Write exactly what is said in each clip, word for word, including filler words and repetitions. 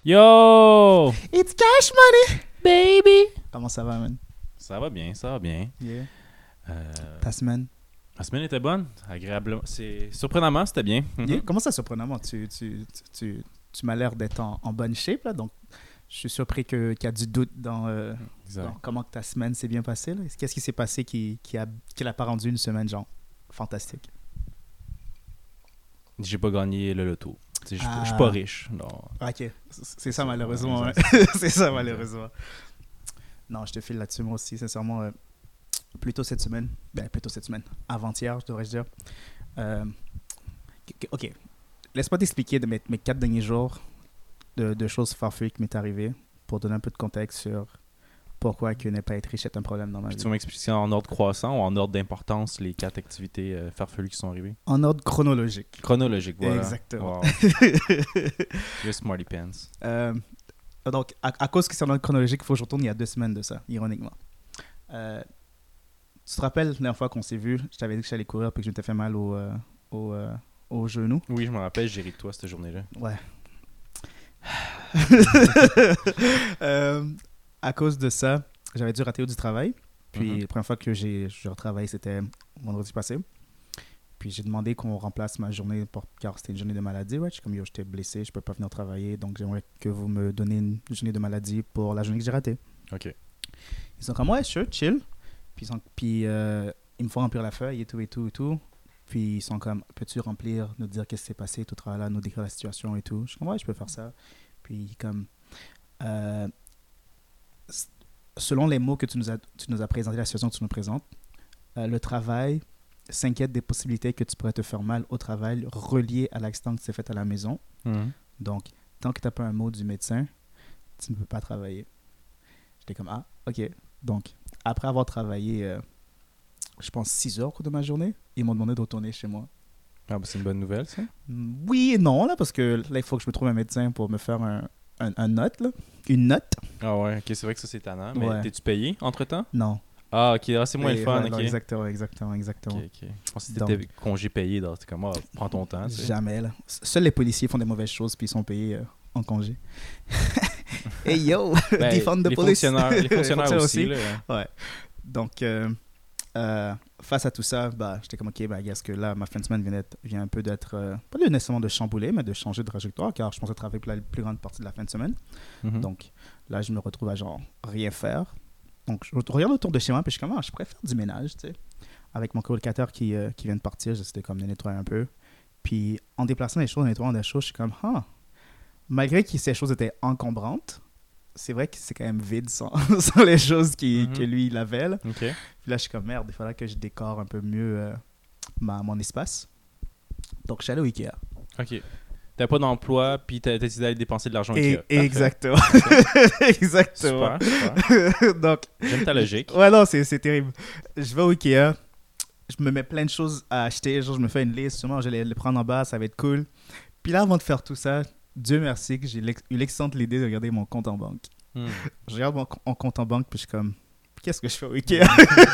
Yo! It's cash money, Baby! Comment ça va, man? Ça va bien, ça va bien. Yeah. Euh, Ta semaine? la semaine était bonne, agréablement. C'est surprenamment, c'était bien. Mm-hmm. Yeah. Comment ça, surprenamment? Tu, tu, tu, tu, tu m'as l'air d'être en, en bonne shape, là, donc je suis surpris que, qu'il y a du doute dans, euh, dans comment que ta semaine s'est bien passée. Là. Qu'est-ce qui s'est passé qui, qui, a, qui l'a pas rendu une semaine, genre, fantastique? J'ai pas gagné le loto. Je suis Ah. pas riche. Non. Ok, c'est, c'est ça, malheureusement. Ouais, Ouais. C'est ça, malheureusement. Non, je te file là-dessus, moi aussi, sincèrement. Euh, plutôt cette semaine, ben, plutôt cette semaine, avant-hier, je devrais dire. Euh, ok, laisse-moi t'expliquer de mes, mes quatre derniers jours de, de choses farfelues qui m'est arrivé pour donner un peu de contexte sur pourquoi que ne pas être riche est un problème dans ma Puis vie. tu vas m'expliquer en ordre croissant ou en ordre d'importance les quatre activités euh, farfelues qui sont arrivées? En ordre chronologique. Chronologique, voilà. Exactement. Wow. Just Smarty Pants. Euh, donc, à, à cause que c'est en ordre chronologique, il faut que je retourne il y a deux semaines de ça, ironiquement. Euh, tu te rappelles la dernière fois qu'on s'est vu, je t'avais dit que j'allais courir puis que je m'étais fait mal au, euh, au, euh, au genou. Oui, je me rappelle, j'ai ri de toi cette journée-là. Ouais. euh, à cause de ça, j'avais dû rater du travail. Puis Mm-hmm. la première fois que j'ai, j'ai retravaillé, c'était vendredi passé. Puis j'ai demandé qu'on remplace ma journée pour, car c'était une journée de maladie. Ouais. Je suis comme, yo, j'étais blessé, je peux pas venir travailler. Donc j'aimerais que vous me donniez une journée de maladie pour la journée que j'ai ratée. OK. Ils sont comme, ouais, sure, chill. Puis, ils, sont, puis euh, ils me font remplir la feuille et tout, et tout, et tout. Puis ils sont comme, peux-tu remplir, nous dire qu'est-ce qui s'est passé, tout là, nous décrire la situation et tout. Je suis comme, ouais, je peux faire ça. Puis comme, euh, selon les mots que tu nous as, tu nous as présentés, la situation que tu nous présentes, euh, le travail s'inquiète des possibilités que tu pourrais te faire mal au travail relié à l'accident qui s'est fait à la maison. Mm-hmm. Donc, tant que tu n'as pas un mot du médecin, tu ne peux pas travailler. J'étais comme, ah, ok. Donc, après avoir travaillé, euh, je pense, six heures au cours de ma journée, ils m'ont demandé de retourner chez moi. Ah, bah, c'est une bonne nouvelle, ça. Oui et non, là, parce que là, il faut que je me trouve un médecin pour me faire un, un, un note, là. Une note? Ah ouais, OK, c'est vrai que ça, c'est tannant. Mais Ouais. t'es-tu payé entre-temps? Non. Ah, OK, ah, c'est moins Et le fun, ouais, OK. non, exactement, exactement, exactement. OK, OK. Je pensais que Donc- t'étais congé payé, donc c'était comme, ah, prends ton temps, tu sais. Jamais, là. Seuls les policiers font des mauvaises choses puis ils sont payés euh, en congé. Hey yo, Ben, defund the les police. fonctionnaires, les fonctionnaires fonctionnaires aussi, aussi. là. Ouais. Donc, euh, euh, face à tout ça, bah, j'étais comme, ok, bah, est-ce que là, ma fin de semaine vient, d'être, vient un peu d'être, euh, pas nécessairement de chambouler, mais de changer de trajectoire, car je pensais travailler pour la plus grande partie de la fin de semaine. Mhm. Donc, là, je me retrouve à genre rien faire. Donc, je regarde autour de chez moi, puis je suis comme, ah, je pourrais faire du ménage, tu sais. Avec mon colocataire qui, euh, qui vient de partir, j'essayais comme de nettoyer un peu. Puis, en déplaçant les choses, en nettoyant des choses, je suis comme, ah, malgré que ces choses étaient encombrantes, c'est vrai que c'est quand même vide sans, sans les choses qui, Mhm. que lui, il avait, là. OK. Puis là, je suis comme, merde, il faudrait que je décore un peu mieux euh, ma, mon espace. Donc, je suis allé au Ikea. OK. T'as pas d'emploi, puis t'as décidé d'aller dépenser de l'argent au Et, Ikea. Parfait. exactement. Exactement. Super, super. Donc, J'aime ta logique. ouais, non, c'est, c'est terrible. Je vais au Ikea, je me mets plein de choses à acheter. Genre, je me fais une liste, sûrement, je vais les, les prendre en bas, ça va être cool. Puis là, avant de faire tout ça, Dieu merci que j'ai l'ex- eu l'excellente idée de regarder mon compte en banque. Hmm. Je regarde mon co- mon compte en banque, puis je suis comme, qu'est-ce que je fais au Ikea?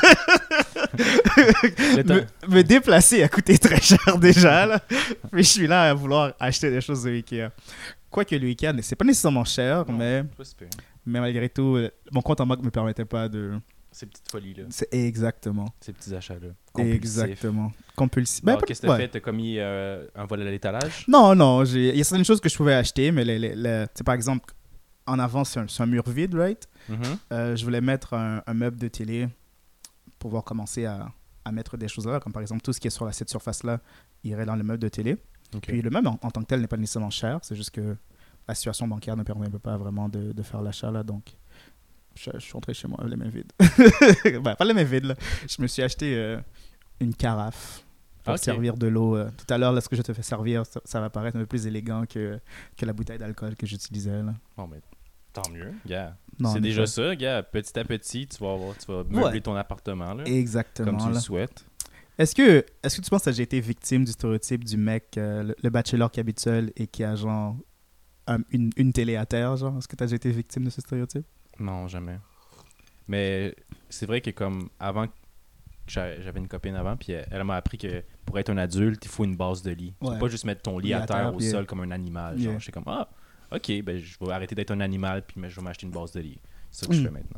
Le temps- me, me déplacer a coûté très cher déjà, là. Mais je suis là à vouloir acheter des choses de Ikea. Quoique le Ikea, c'est pas nécessairement cher, Non, mais, pas super. mais malgré tout, euh, mon compte en banque me permettait pas de... Ces petites folies-là, C'est exactement. ces petits achats-là. Compulsifs. Exactement. Compulsif. Bon, Ben, qu'est-ce que t'as ouais. fait? T'as commis euh, un vol à l'étalage? Non, non, j'ai- il y a certaines choses que je pouvais acheter, mais les, les, les- tu sais, par exemple, en avant, c'est un, c'est un mur vide, right? Mhm. Euh, je voulais mettre un, un meuble de télé pour pouvoir commencer à, à mettre des choses là, comme par exemple tout ce qui est sur la, cette surface-là irait dans le meuble de télé. OK. Puis le meuble en, en tant que tel n'est pas nécessairement cher, c'est juste que la situation bancaire ne permet pas vraiment de, de faire l'achat là, donc je, je suis rentré chez moi les mains vides. Ben, pas les mains vides, là. Je me suis acheté euh, une carafe pour Ok. servir de l'eau. euh. Tout à l'heure, lorsque je te fais servir, ça, ça va paraître un peu plus élégant que, que la bouteille d'alcool que j'utilisais là. Bon, mais tant mieux, gars. Non, en C'est déjà effet. ça, gars. Petit à petit, tu vas, avoir, tu vas meubler Ouais. ton appartement, là, comme Exactement. tu le là. souhaites. Est-ce que, est-ce que tu penses que j'ai été victime du stéréotype du mec, euh, le, le bachelor qui habite seul et qui a genre un- une, une télé à terre, genre? Est-ce que tu as déjà été victime de ce stéréotype? Non, jamais. Mais c'est vrai que comme avant, j'a- j'avais une copine avant, puis elle, elle m'a appris que pour être un adulte, il faut une base de lit. Tu Ouais. peux pas juste mettre ton lit Lit à à terre terre, au puis, sol comme un animal. Genre, yeah. j'étais comme, ah, ok, ben je vais arrêter d'être un animal puis je vais m'acheter une base de lit. C'est ça que je Mm. fais maintenant.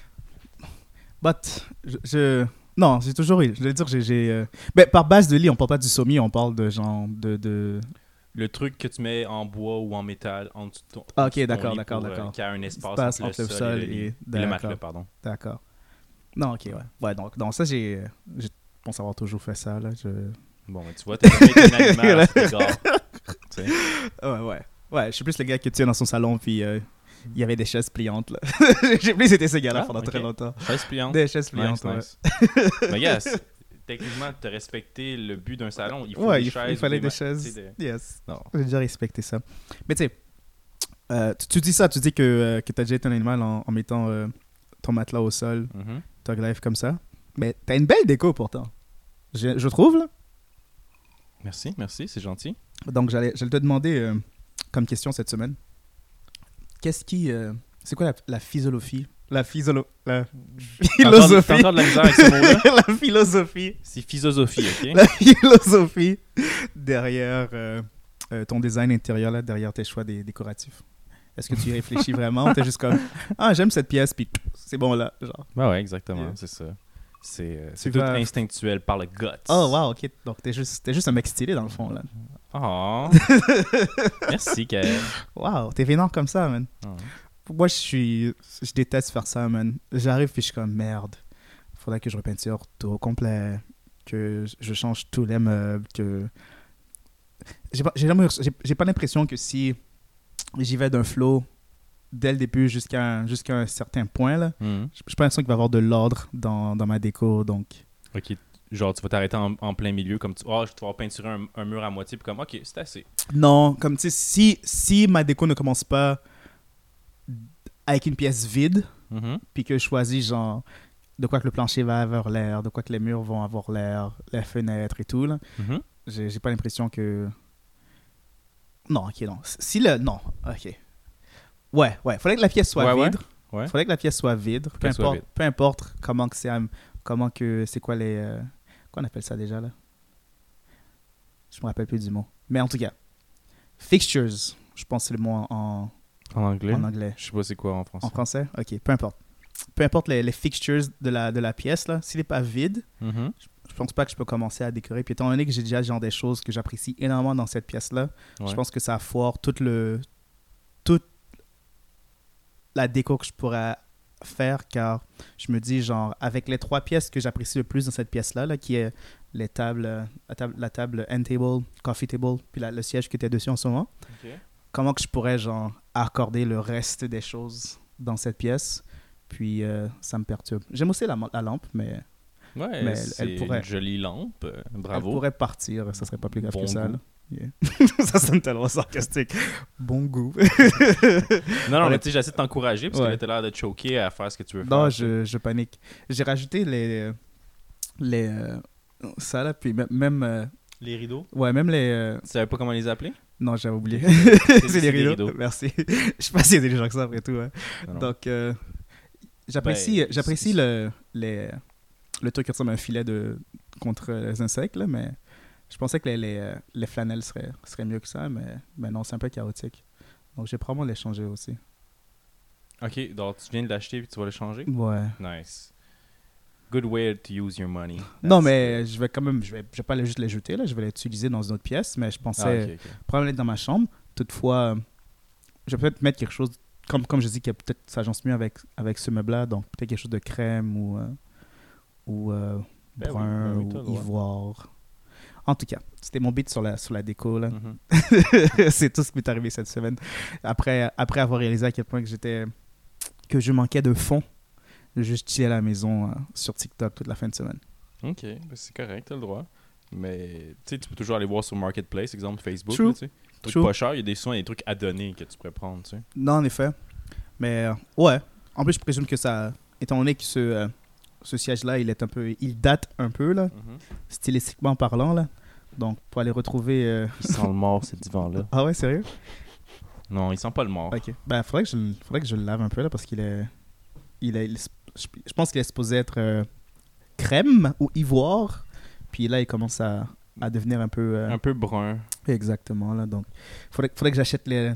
But, je, je- non, j'ai toujours eu. Je veux dire, j'ai, j'ai euh, ben, par base de lit, on parle pas du sommier, on parle de genre de, de... Le truc que tu mets en bois ou en métal en dessous de ton, Ah, en ok, dessous de ton d'accord, lit d'accord, pour, euh, d'accord. qu'il y a un espace Espace entre, le sol et le, lit. Et le matelas, d'accord, pardon. d'accord. Non, ok, ouais. Ouais, donc, donc ça, j'ai, euh, je pense avoir toujours fait ça, là. Je... Bon, ben, tu vois, t'as jamais été un animal à cet égard. Tu sais. Ouais, ouais. Ouais, je suis plus le gars que tu es dans son salon, puis euh, il y avait des chaises pliantes, là. J'ai plus été ce gars-là Ah, pendant ok. très longtemps. Chaise pliante. Des chaises pliantes, Nice, ouais. nice. Mais gars, c'est- techniquement, tu as respecté le but d'un salon. Il faut Ouais, des il, chaises. il fallait ou des ma- chaises. tu sais, des- Yes. Non. J'ai déjà respecté ça. Mais tu sais, euh, tu, tu dis ça, tu dis que, euh, que tu as déjà été un animal en, en mettant euh, ton matelas au sol, Mhm. ta glaive comme ça. Mais tu as une belle déco pourtant. Je, je trouve, là. Merci, merci, c'est gentil. Donc, j'allais, j'allais te demander euh, comme question cette semaine. Qu'est-ce qui. euh, c'est quoi la, la physiologie La physolo... La T'as encore- philosophie. t'as encore de la misère avec ce mot-là? La philosophie. C'est philosophie, ok? La philosophie derrière euh, euh, ton design intérieur, là, derrière tes choix des décoratifs. Est-ce que tu y réfléchis vraiment ou t'es juste comme ah j'aime cette pièce puis c'est bon là genre. Ben ouais, exactement, Yeah. c'est ça. C'est, euh, Tu c'est tout vas- instinctuel par le guts. Oh wow ok donc t'es juste t'es juste un mec stylé dans le fond là. Oh. Merci, Kael. Wow t'es vénant comme ça man. Oh. Moi je suis je déteste faire ça man. J'arrive puis je suis comme merde. Faudrait que je repeinture tout au complet, que je change tous les meubles, que j'ai pas j'ai l'impression- j'ai- j'ai pas l'impression que si j'y vais d'un flow dès le début jusqu'à un, jusqu'à un certain point là. Mhm. J'ai pas l'impression qu'il va y avoir de l'ordre dans, dans ma déco, donc... Ok, genre tu vas t'arrêter en, en plein milieu, comme tu. Oh, je vais te voir peinturer un, un mur à moitié, puis comme, ok, c'est assez. Non, comme tu sais, si, si ma déco ne commence pas avec une pièce vide, Mhm. puis que je choisis genre de quoi que le plancher va avoir l'air, de quoi que les murs vont avoir l'air, les fenêtres et tout, là, Mhm. j'ai, j'ai pas l'impression que... Non, ok, non. Si le... Non, ok. Ouais, ouais, faudrait que la pièce soit Ouais, ouais. vide. Ouais. Faudrait que la pièce soit vide. Peu qu'elle soit importe, vide. peu importe comment que c'est... Comment que... C'est quoi les... Euh, quoi on appelle ça déjà, là? Je me rappelle plus du mot. Mais en tout cas, fixtures, je pense que c'est le mot en, En anglais? en anglais. Je sais pas c'est quoi en français. En français? Ok, peu importe. Peu importe les, les fixtures de la, de la pièce, là, s'il n'est pas vide, Mhm. je pense pas que je peux commencer à décorer. Puis étant donné que j'ai déjà genre des choses que j'apprécie énormément dans cette pièce-là, Ouais. je pense que ça foire toute le toute la déco que je pourrais faire, car je me dis genre avec les trois pièces que j'apprécie le plus dans cette pièce-là, là, qui est les tables, euh, la table, la table end table, coffee table, puis la- le siège qui était dessus en ce moment, Ok. comment que je pourrais genre accorder le reste des choses dans cette pièce, puis euh, ça me perturbe. J'aime aussi la, la lampe, mais Ouais, Mais elle- c'est elle pourrait- une jolie lampe. euh, elle Bravo. pourrait partir, ça serait pas plus grave Bon que ça. goût. Là. Yeah. Ça sonne tellement sarcastique. Bon goût. Non, non, Ouais. mais tu sais, j'essaie de t'encourager parce Ouais. que là, t'as l'air de te choquer à faire ce que tu veux faire. Non, tu sais. je, je panique. J'ai rajouté les. les euh, ça là, puis même. même euh, Les rideaux? ouais, même les. euh, Tu savais pas comment les appeler? non, j'avais oublié. C'est c'est les des rideaux. rideaux. Merci. Je suis pas si intelligent que ça après tout. Hein. Non, non. Donc, euh, j'apprécie, Ben, j'apprécie c'est- le, les, le truc qui ressemble à un filet de, contre les insectes, là, mais je pensais que les, les, euh, les flanelles seraient, seraient mieux que ça, mais, mais non, c'est un peu chaotique. Donc, j'ai probablement les changer aussi. Ok, donc tu viens de l'acheter et tu vas le changer? Ouais. Nice. Good way to use your money. Non, That's mais good. je vais quand même, je vais, je vais pas les- juste les jeter, là, je vais les utiliser dans une autre pièce, mais je pensais Ah, ok, ok. probablement les dans ma chambre. Toutefois, euh, je vais peut-être mettre quelque chose, comme, comme je dis, qui a peut-être s'agence mieux avec, avec ce meuble-là, donc peut-être quelque chose de crème ou, euh, ou euh, Ben oui, brun ben oui, t'as le ou droit. ivoire. En tout cas, c'était mon beat sur la, sur la déco. Là. Mhm. C'est tout ce qui m'est arrivé cette semaine. Après, après avoir réalisé à quel point que j'étais que je manquais de fond, je juste chiller à la maison euh, sur TikTok toute la fin de semaine. Ok, ben c'est correct, t'as le droit. Mais tu sais, tu peux toujours aller voir sur Marketplace, exemple Facebook. True. Là, tu sais. Trucs True. pas chers, il y a des soins, des trucs à donner que tu pourrais prendre. Tu sais. Non, en effet. Mais euh, ouais. En plus, je présume que ça, étant donné que ce, euh, ce siège-là, il est un peu, il date un peu là, Mhm. stylistiquement parlant là. Donc, pour aller retrouver. euh, Il sent le mort, ce divan-là. Ah ouais, sérieux? Non, il sent pas le mort. Ok. Ben, faudrait que je, le- faudrait que je le lave un peu là parce qu'il est, il est, il est- je je pense qu'il est supposé être euh, crème ou ivoire. Puis là, il commence à, à devenir un peu. euh, Un peu brun. Exactement là. Donc, faudrait, faudrait que j'achète les.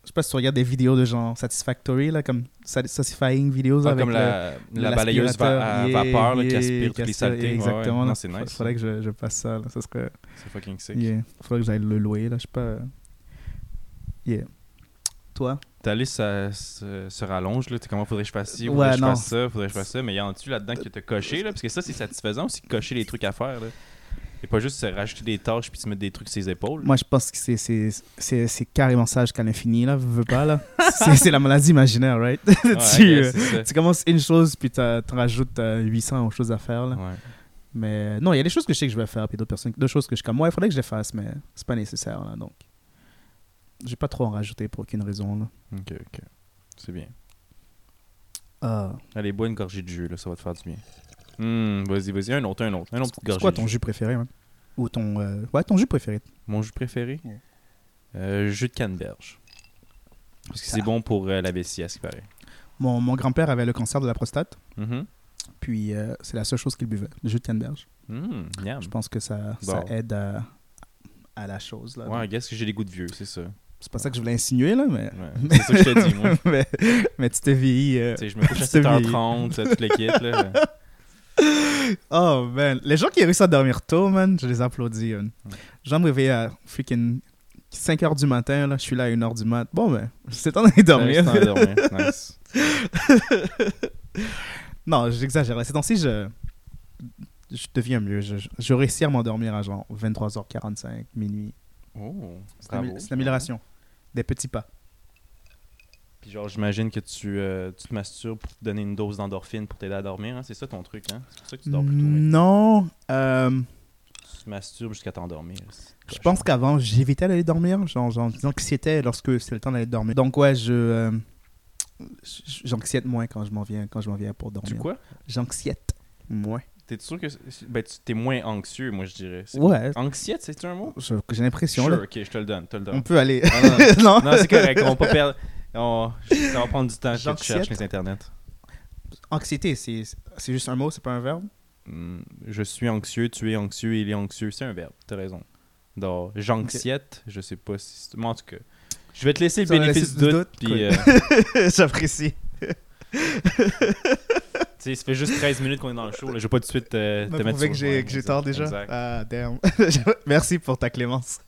sais pas si tu regardes des vidéos de genre Satisfactory, là, comme Satisfying Videos Ah, avec comme la, le, la balayeuse va- à yeah, vapeur là, qui yeah, aspire toutes qui les aspire, saletés. exactement. Ouais, ouais. là. Non, c'est nice. Faudrait, faudrait que je, je passe ça, là. Ça serait... C'est fucking sick. Yeah. Faudrait que j'aille le louer, là. Je sais pas... Yeah. Toi? Ta liste ça, se, se rallonge, là. T'es comment faudrait que je fasse ci, Ouais, faudrait que je non. fasse ça, faudrait que je fasse ça. Mais y en a-tu là-dedans que t'as coché, là? Parce que ça, c'est satisfaisant aussi de cocher les trucs à faire, là. Et pas juste se rajouter des tâches puis se mettre des trucs sur ses épaules. Moi, je pense que c'est, c'est, c'est, c'est carrément ça jusqu'à l'infini, là. Veux pas, là. c'est, c'est la maladie imaginaire, right? Ouais, tu, I euh, guess, c'est ça. tu commences une chose, puis t'as- t'en rajoutes euh, huit cents autres choses à faire, là. Ouais. Mais non, il y a des choses que je sais que je vais faire, puis d'autres personnes, d'autres choses que je suis comme, ouais, il faudrait que je les fasse, mais c'est pas nécessaire, là. Donc, je vais pas trop en rajouter pour aucune raison, là. Ok, ok. C'est bien. Ah. Allez, bois une gorgée de jus, là, ça va te faire du bien. Hum, vas-y, vas-y, un autre, un autre. Un autre petite C'est gorgée quoi de ton jus. jus préféré, man? Ou ton... euh, Ouais, ton jus préféré. Mon jus préféré? Ouais. Euh, jus de canneberge. Parce que Ça. c'est bon pour euh, la vessie, à ce qui paraît. Mon, mon grand-père avait le cancer de la prostate, Mhm. puis euh, c'est la seule chose qu'il buvait, le jus de canneberge. Hum, miam. Je pense que ça, ça Bon. aide à, à la chose, là. Ouais, I guess que j'ai les goûts de vieux, c'est ça. C'est pas ça que je voulais insinuer, là, mais... Ouais, c'est ça que je te dis, moi. mais, mais tu t'es vieilli. euh. Tu sais, je me couche à Tu t'es sept heures vieilli. trente, tout le kit, là. Oh, man. Les gens qui réussissent à dormir tôt, man, je les applaudis. Man. Ouais. Je vais me réveiller à freaking cinq heures du matin, là. Je suis là à une heure du mat. Bon, ben, c'est temps d'aller dormir. C'est temps d'aller dormir, nice. Non, j'exagère. Ces temps-ci, je... je deviens mieux. Je, je, je réussis à m'endormir à genre vingt-trois heures quarante-cinq, minuit. Oh, C'est bravo. l'amé- c'est l'amélioration. Des petits pas. Puis genre, j'imagine que tu, euh, tu te masturbes pour te donner une dose d'endorphine pour t'aider à dormir, hein? C'est ça ton truc, hein? C'est pour ça que tu dors plus tôt, mais Non. euh, tu te masturbes jusqu'à t'endormir. Je pense qu'avant, j'évitais d'aller dormir, genre, genre j'anxiétais lorsque c'est le temps d'aller dormir. Donc ouais, je euh, j- j'anxiète moins quand je m'en viens quand je m'en viens pour dormir. Tu quoi? J'anxiète moins. T'es sûr que... Ben, tu t'es moins anxieux, moi, je dirais. C'est- Ouais, Anxiète, c'est un mot? je- j'ai l'impression Sure, là. ok, je te le donne, te le donne. On peut aller. Ah, non, non. non, c'est correct, on va pas perdre... On... Ça va prendre du temps que tu J'anxiète. cherches les internets. Anxiété, c'est c'est juste un mot, c'est pas un verbe. Hmm, je suis anxieux, tu es anxieux, il est anxieux. C'est un verbe, t'as raison. Donc, j'anxiète, je sais pas si... c'est- Mais en tout cas, je vais te laisser le Ça va bénéfice laisser du du doute, doute, puis... cool. euh, J'apprécie. Tu sais, ça fait juste treize minutes qu'on est dans le show. Là. Je vais pas tout de suite euh, te Me mettre prouver sur que le j'ai point. que j'ai Exact, tort déjà. exact. Ah damn. Merci pour ta clémence.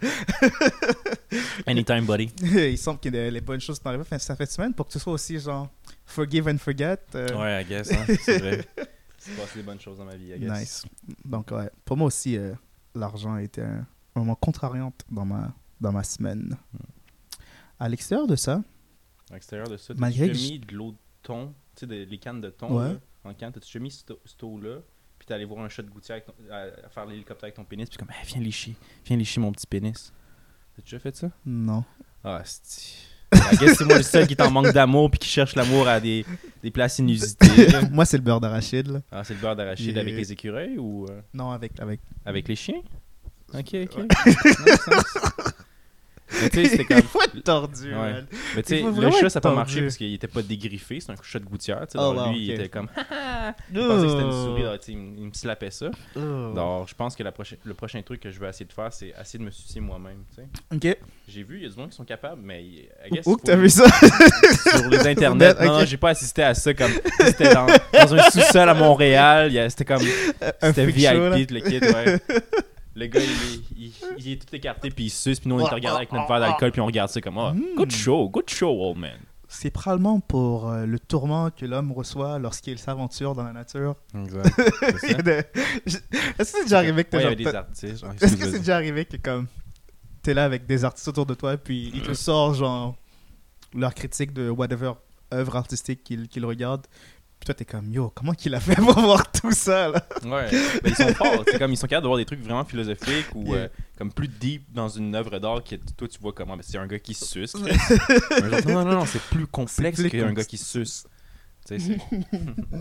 Anytime, buddy. Il semble que les, les bonnes choses sont arrivées fin- ça fait semaine pour que tu sois aussi genre forgive and forget. euh, Ouais, I guess, hein. C'est vrai. C'est passé des bonnes choses dans ma vie, I guess. Nice. Donc, ouais. Pour moi aussi, euh, l'argent a été un, un moment contrariant dans ma, dans ma semaine. À l'extérieur de ça, À l'extérieur de ça, Malgré t'as-tu que déjà mis de l'eau de thon, tu sais, de- les cannes de thon, Ouais. là, en canne, t'as-tu déjà mis cette cette eau-là, puis t'es allé voir un chat de gouttière avec ton- à, à faire l'hélicoptère avec ton pénis, puis comme, hey, viens licher, viens licher mon petit pénis. T'as déjà fait ça? non. Ah, c'est... I guess c'est moi le seul qui est en manque d'amour puis qui cherche l'amour à des, des places inusitées. là. Moi, c'est le beurre d'arachide. Là. Ah, c'est le beurre d'arachide Yeah. avec les écureuils ou euh, Non, avec. avec... avec les chiens? Ok, ok. Nice, nice. Mais tu sais, c'était comme... tordu, Ouais. man. Mais tu sais, Il faut le vraiment chat, être ça n'a pas tordu. marché parce qu'il était pas dégriffé. C'est un chat de gouttière. tu sais. Oh, Donc, wow, lui, il ok. était comme... il pensait que c'était une souris. donc, tu sais, il, me- il me slappait ça. Oh. Donc, je pense que la prochaine, le prochain truc que je vais essayer de faire, c'est essayer de me sucer moi-même. tu sais. Ok. J'ai vu, il y a des gens qui sont capables, mais I guess, Où il que t'as faut- vu ça? sur les internets. Ok. Non, non, j'ai pas assisté à ça comme c'était dans, dans un sous-sol à Montréal. Il y a- C'était comme Un c'était freak V I P show, là. le kit, ouais. Le gars, il est, il, il est tout écarté puis il suce puis nous on est regardé avec notre verre d'alcool puis on regarde ça comme oh, Mm. good show, good show old man. C'est probablement pour euh, le tourment que l'homme reçoit lorsqu'il s'aventure dans la nature. Exact. Il y a de- Je- Est-ce que c'est déjà arrivé que t'as Ouais, il y genre- avait des artistes. genre, Est-ce que excuse, c'est vas-y. déjà arrivé que comme t'es là avec des artistes autour de toi puis ils te sortent genre leur critique de whatever œuvre artistique qu'ils qu'ils regardent puis toi t'es comme yo comment qu'il a fait pour voir tout ça là? Ouais, ben, ils sont forts. C'est comme ils sont capables de voir des trucs vraiment philosophiques ou Yeah. euh, comme plus deep dans une œuvre d'art que toi tu vois comment. Ben, c'est un gars qui suce. Chris. Un genre, non, non, non, non, c'est plus complexe C'est plus qu'un com- gars qui suce. Tu sais, c'est.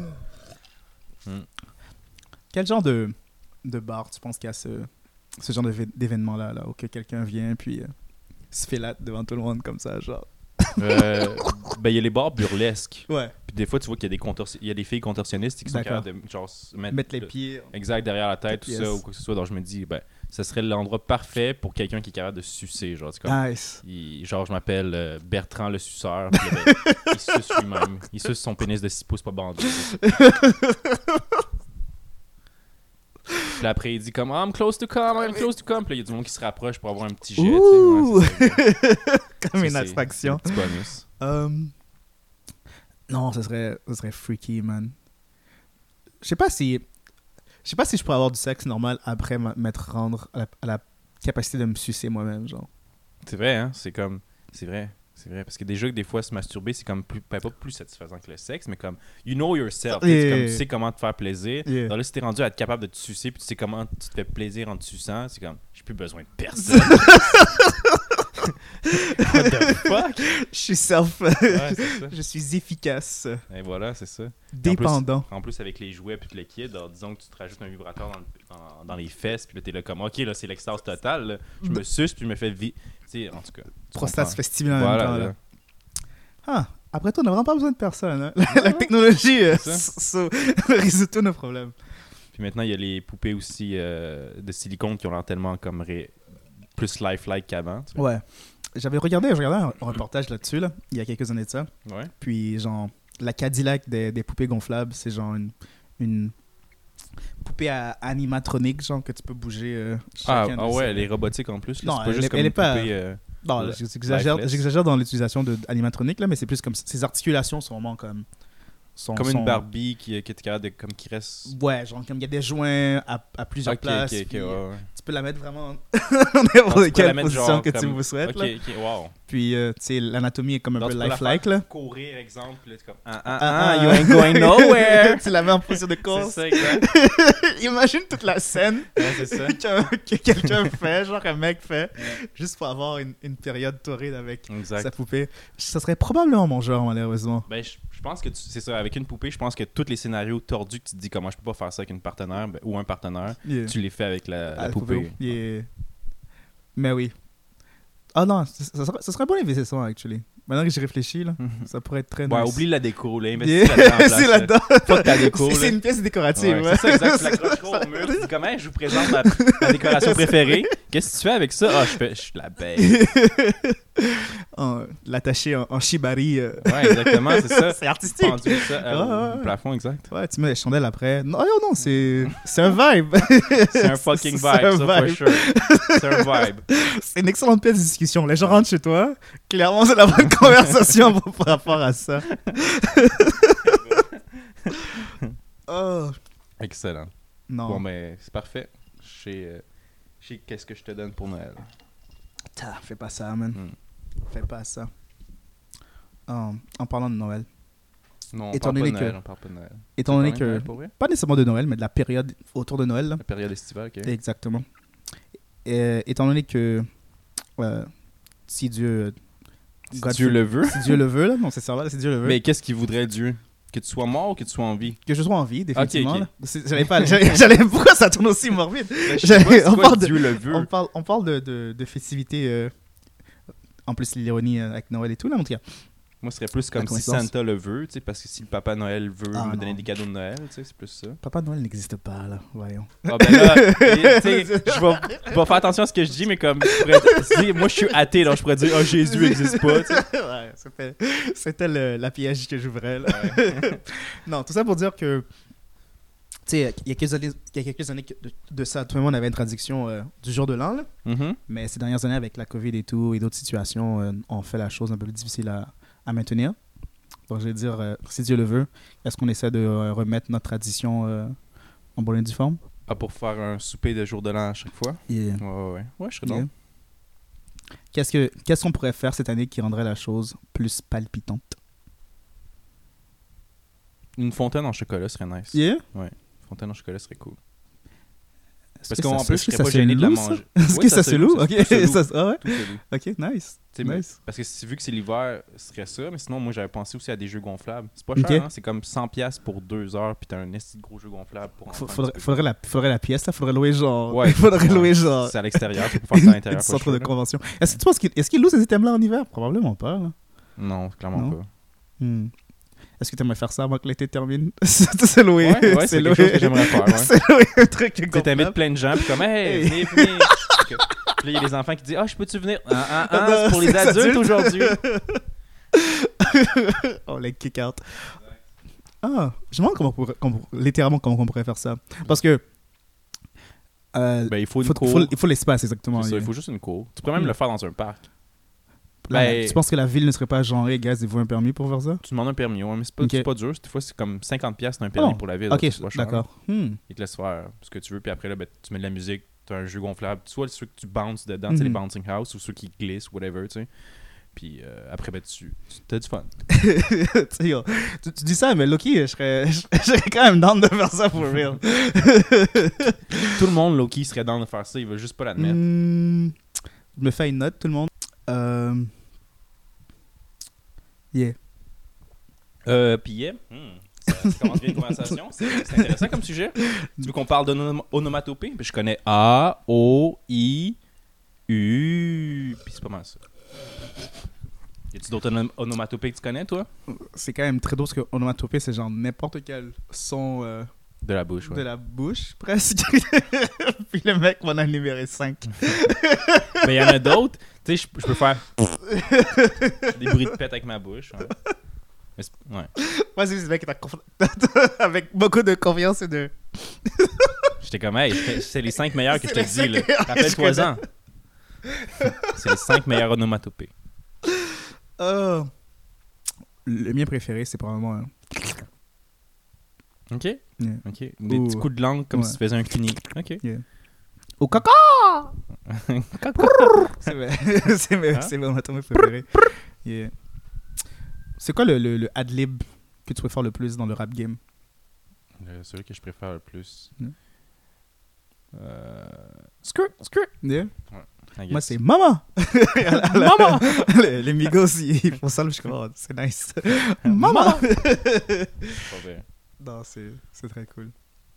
Quel genre de, de bar tu penses qu'il y a ce, ce genre d'événement là, là où que quelqu'un vient puis euh, se fait latte devant tout le monde comme ça genre Euh, ben, il y a les bars burlesques. Ouais. Puis des fois, tu vois qu'il y a des, contorsi- il y a des filles contorsionnistes qui sont D'accord. capables de genre, s- mettre, Mettre les le- pieds. exact derrière la tête, tout Yes. ça, ou quoi que ce soit. Donc, je me dis, ben, ça serait l'endroit parfait pour quelqu'un qui est capable de sucer. Genre, c'est comme, Nice. il- genre je m'appelle euh, Bertrand le suceur. Puis là, ben, il suce lui-même. Il suce son pénis de six pouces pas bandé. Puis là, après, il dit comme I'm close to come, I'm close to come. Puis là, il y a du monde qui se rapproche pour avoir un petit jet. tu sais. Ouh! Ouais, c'est ça. Comme Ça, une c'est- attraction. c'est un petit bonus. Um, non, ce serait, ce serait freaky, man. Je sais pas si... Je sais pas si je pourrais avoir du sexe normal après m- m'être rendre à la, à la capacité de me sucer moi-même, genre. C'est vrai, hein? C'est comme. C'est vrai. C'est vrai. Parce que déjà que des fois, se masturber, c'est comme plus. Ben, pas plus satisfaisant que le sexe, mais comme. You know yourself. tu sais, Yeah. c'est comme, tu sais comment te faire plaisir. Yeah. Donc là, si t'es rendu à être capable de te sucer, puis tu sais comment tu te fais plaisir en te suçant, c'est comme. J'ai plus besoin de personne. What the fuck? Je suis self... Ouais, c'est ça. je suis efficace. Et voilà, c'est ça. Dépendant. En plus, avec les jouets puis le liquide, alors, disons que tu te rajoutes un vibrateur dans, le- dans, dans les fesses, puis là, t'es là comme, ok, là, c'est l'extase totale. là. Je me suce, puis je me fais vi... Tu sais, en tout cas. tu Prostate comprends. festivale en même Voilà, temps, là. là. Ah, après tout, on n'a vraiment pas besoin de personne. Hein? La, la technologie euh, C'est ça. s- s- résout tous nos problèmes. Puis maintenant, il y a les poupées aussi euh, de silicone qui ont l'air tellement comme ré- plus lifelike qu'avant. tu sais. Ouais. J'avais regardé, j'ai regardé un, un reportage là-dessus, là, il y a quelques années de ça. Ouais. Puis, genre, la Cadillac des, des poupées gonflables, c'est genre une, une poupée à- animatronique, genre, que tu peux bouger. euh, Ah, chacun ah de ouais, ses- elle est robotique en plus. là. Non, c'est pas elle juste est- comme elle une est pas- poupée. euh, Non, la- j'exagère, lifeless. j'exagère dans l'utilisation de animatronique, là, mais c'est plus comme ses articulations sont vraiment comme. Sont, Comme sont- une Barbie qui, qui est capable de. Comme qui reste. Ouais, genre, comme il y a des joints à, à plusieurs Ok, places. ok, ok, puis ouais, ouais. Tu peux la mettre vraiment dans Ah, tu n'importe peux quelle la mettre position genre que tu comme- vous souhaites. Ok, Là. ok, wow. Puis, euh, tu sais, l'anatomie est comme un Donc, peu tu peux la lifelike, faire là. courir, exemple, puis là, tu es comme ah, ah, Ah, ah, ah. you ain't going nowhere. Tu la mets en position de C'est course. ça, exact. Imagine toute la scène Ouais, c'est ça. que, que quelqu'un fait, genre un mec fait, juste pour avoir une, une période torride avec Exact. sa poupée. Ça serait probablement mon genre, malheureusement. Ben, je, je pense que tu- c'est ça. Avec une poupée, je pense que tous les scénarios tordus que tu te dis comment je peux pas faire ça avec une partenaire ben, ou un partenaire, Yeah. tu les fais avec la, la Ah, poupée. Yeah. Mais oui. Ah non, ça, ça serait, ça serait un bon investissement, actually. Maintenant que j'y réfléchis, là, Mhm. ça pourrait être très Ouais, nice. oublie la déco, là. Yeah. Investis là-dedans en place, C'est là. là-dedans. Fuck ta déco, C'est- là. C'est une pièce décorative. Ouais, ouais. c'est ça, exact. Tu l'accrocheras au mur. Tu dis comment je vous présente ma, ma décoration préférée. Qu'est-ce que tu fais avec ça? Ah, je fais, je la baise. En- L'attacher en, en shibari. euh. Ouais, exactement, c'est ça. C'est artistique. Pendu ça euh, Ouais, ouais, au ouais. plafond, exact. Ouais, tu mets les chandelles après. Non, non, non, c'est c'est un vibe. C'est un fucking C'est vibe, un ça, for vibe. sure. C'est un vibe. C'est une excellente pièce de discussion. Les gens rentrent chez toi. Clairement, c'est la bonne conversation par par rapport à ça. Oh, Excellent. non. Bon, ben, c'est parfait. Je sais, euh, je sais qu'est-ce que je te donne pour Noël. Ta, fais pas ça, man. Hmm. Fais pas ça. Oh, en parlant de Noël. Non, on Étant parle pas donné de que- Noël, on parle pas de Noël. Étant Tu donné veux parler de que... Noël, pour vrai? Pas nécessairement de Noël, mais de la période autour de Noël. Là. La période estivale, ok. Exactement. Et, étant donné que... euh, si Dieu... Si God Dieu for- le veut. Si Dieu le veut, là. Non, c'est ça, là. Si Dieu le veut. Mais qu'est-ce qu'il voudrait Dieu? Que tu sois mort ou que tu sois en vie? Que je sois en vie, définitivement. Ok, ok. là. C'est- J'allais pas... J'allais, j'allais- pourquoi ça tourne aussi morbide? Ben, je J'avais- sais pas, c'est on quoi parle de- Dieu le veut? On parle, on parle de, de, de festivité... euh, en plus, l'ironie euh, avec Noël et tout, là, en tout cas. Moi, ce serait plus comme La si coïncidence. Santa le veut, tu sais, parce que si le Papa Noël veut Ah, me non. donner des cadeaux de Noël, tu sais, c'est plus ça. Papa Noël n'existe pas, là. Voyons. Ah ben là, et, tu sais, je vais, je vais faire attention à ce que je dis, mais comme, je pourrais dire, moi je suis athée, donc je pourrais dire, oh Jésus n'existe pas, tu sais. Ouais, c'était, c'était le- la piège que j'ouvrais, là. Ouais. Non, tout ça pour dire que, tu sais, il y a quelques années, il y a quelques années que- de, de ça, tout le monde avait une traduction euh, du jour de l'an, là. Mhm. Mais ces dernières années, avec la COVID et tout, et d'autres situations, euh, on fait la chose un peu plus difficile à, à maintenir. Donc, je vais dire, euh, si Dieu le veut, est-ce qu'on essaie de euh, remettre notre tradition euh, en bonne et due forme? Ah, pour faire un souper de jour de l'an à chaque fois? Yeah. Ouais, ouais, ouais. Ouais, je serais Yeah. donc. Qu'est-ce, que, qu'est-ce qu'on pourrait faire cette année qui rendrait la chose plus palpitante? Une fontaine en chocolat serait nice. Yeah? Une fontaine en chocolat serait cool. Est-ce Parce que qu'en ça- plus, est-ce je que serais pas ça se gêné de la loue, ça? manger. Est-ce Ouais, que ça se loue? ça- Ok, tout se loue. ça se- ah ouais? Tout se loue. Ok, nice. Tu sais, mais- Nice. Parce que si- vu que c'est l'hiver, ce serait ça. Mais sinon, moi, j'avais pensé aussi à des jeux gonflables. C'est pas Ok. cher, hein? C'est comme cent piastres pour deux heures, puis t'as un esti de gros jeu gonflable pour Faut- enfants un Faudrait, petit peu. faudrait, la, faudrait la pièce, là. Faudrait louer genre. Ouais. faudrait Ouais. louer genre. C'est à l'extérieur, tu peux faire ça à Un l'intérieur. pas centre sûr, de là. convention. Est-ce que tu penses qu'il est-ce qu'ils louent ces items-là en hiver? Probablement pas. Là. Non, clairement Non? pas. Hmm. Est-ce que tu aimerais faire ça avant que l'été termine? C'est loué. Ouais, ouais, c'est quelque chose que j'aimerais faire, ouais. C'est loué, un truc Tu sais, t'invites plein de gens, puis comme, hey, venez, venez. Puis là, il y a des enfants qui disent, ah, je peux-tu venir? Ah, ah, ah, Non, c'est pour les c'est adultes adulte. aujourd'hui. Oh, les kick-out. Ah, je me demande comment, on pourrait- comment- littéralement comment on pourrait faire ça. Parce que euh, Ben, il faut une faut- cour. faut- il faut l'espace, exactement. C'est ça, Il- il faut juste une cour. Tu pourrais même Hmm. le faire dans un parc. Là, Ben, tu penses que la ville ne serait pas genrée, gars, il faut un permis pour faire ça? tu demandes un permis, ouais, mais c'est pas, Ok. c'est pas dur. Des fois, c'est comme cinquante piastres t'as un permis Oh, pour la ville. Ok, c'est pas cher. d'accord. Hmm. Ils te laissent faire ce que tu veux, puis après, là, ben, tu mets de la musique, t'as un jeu gonflable. Soit ceux que tu bounces dedans, tu sais, les Mhm. bouncing house, ou ceux qui glissent, whatever, tu sais. Puis euh, après, ben, tu as du fun. Tu sais, yo, tu, tu dis ça, mais Loki, je serais, je, je serais quand même down de faire ça pour real. Tout le monde, Loki, serait dans de faire ça, il veut juste pas l'admettre. Hmm. Je me fais une note, tout le monde. Euh... Yeah. Euh, puis, yeah. Hmm. Ça, ça commence bien une conversation. C'est c'est intéressant comme sujet. Tu veux qu'on parle d'onomatopée? Ben, je connais A, O, I, U. Puis c'est pas mal ça. Y a-tu d'autres onom- onomatopées que tu connais, toi? C'est quand même très drôle parce que onomatopée, c'est genre n'importe quel son euh, De la bouche, ouais. de la bouche, presque. Puis le mec m'en a énuméré cinq. Ben, il y en a d'autres. Tu sais, je je peux faire des bruits de pète avec ma bouche. Ouais. Mais c'est- ouais. Moi, c'est le mec qui est conf... avec beaucoup de confiance et de... J'étais comme, hey, c'est les cinq meilleurs que je C'est te les dis, cinq là. meilleurs que je Rappelle-toi-en. C'est les cinq meilleurs onomatopées. Oh. Le mien préféré, c'est probablement... euh, OK? Yeah. OK. Des Ouh. petits coups de langue comme Ouais. si tu faisais un cuni. OK. Au caca! C'est mes, c'est mes, Hein? c'est mes onomatopées préférés. Yeah. C'est quoi le, le, le ad-lib que tu préfères le plus dans le rap game? Euh, celui que je préfère le plus. Mm. Euh... Skirt, skirt. Yeah. I guess. Moi, c'est Mama! Maman! les, les Migos, ils ils font ça, je suis comme, oh, c'est nice. Mama! Pas vrai. Non, c'est, c'est très cool.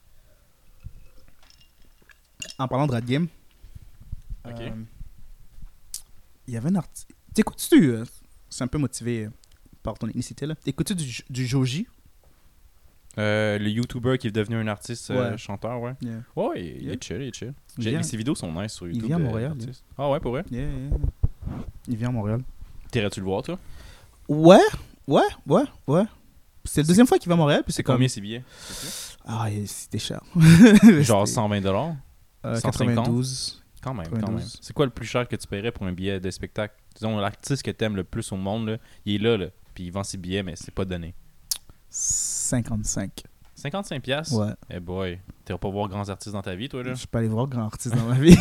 En parlant de rap game, Ok. euh, il y avait un artiste. T'écoutes-tu, euh, c'est un peu motivé euh, par ton ethnicité là, t'écoutes-tu du, du Joji? Euh, le YouTuber qui est devenu un artiste euh, Ouais. chanteur, ouais. Yeah. Ouais, il, il Yeah. est chill, il est chill. Il J'ai- vient- mais ses vidéos sont nice sur YouTube. vient à de- Montréal, d'artistes. Ah ouais, pour vrai? Yeah, yeah. Il vient à Montréal. T'irais-tu le voir, toi? Ouais, ouais, ouais, ouais. C'est la deuxième fois qu'il va à Montréal, puis c'est C'est comme... combien ses billets? Ah, et c'était cher. Genre C'était, cent vingt dollars? euh, cent cinquante? quatre-vingt-douze. Quand même, quand même. quatre-vingt-douze. C'est quoi le plus cher que tu paierais pour un billet de spectacle? Disons, l'artiste que t'aimes le plus au monde, là, il est là, là, puis il vend ses billets, mais c'est pas donné. cinquante-cinq. cinquante-cinq piastres? Ouais. Eh boy, t'iras pas voir grands artistes dans ta vie, toi, là? Je suis pas allé voir grand artiste dans ma vie.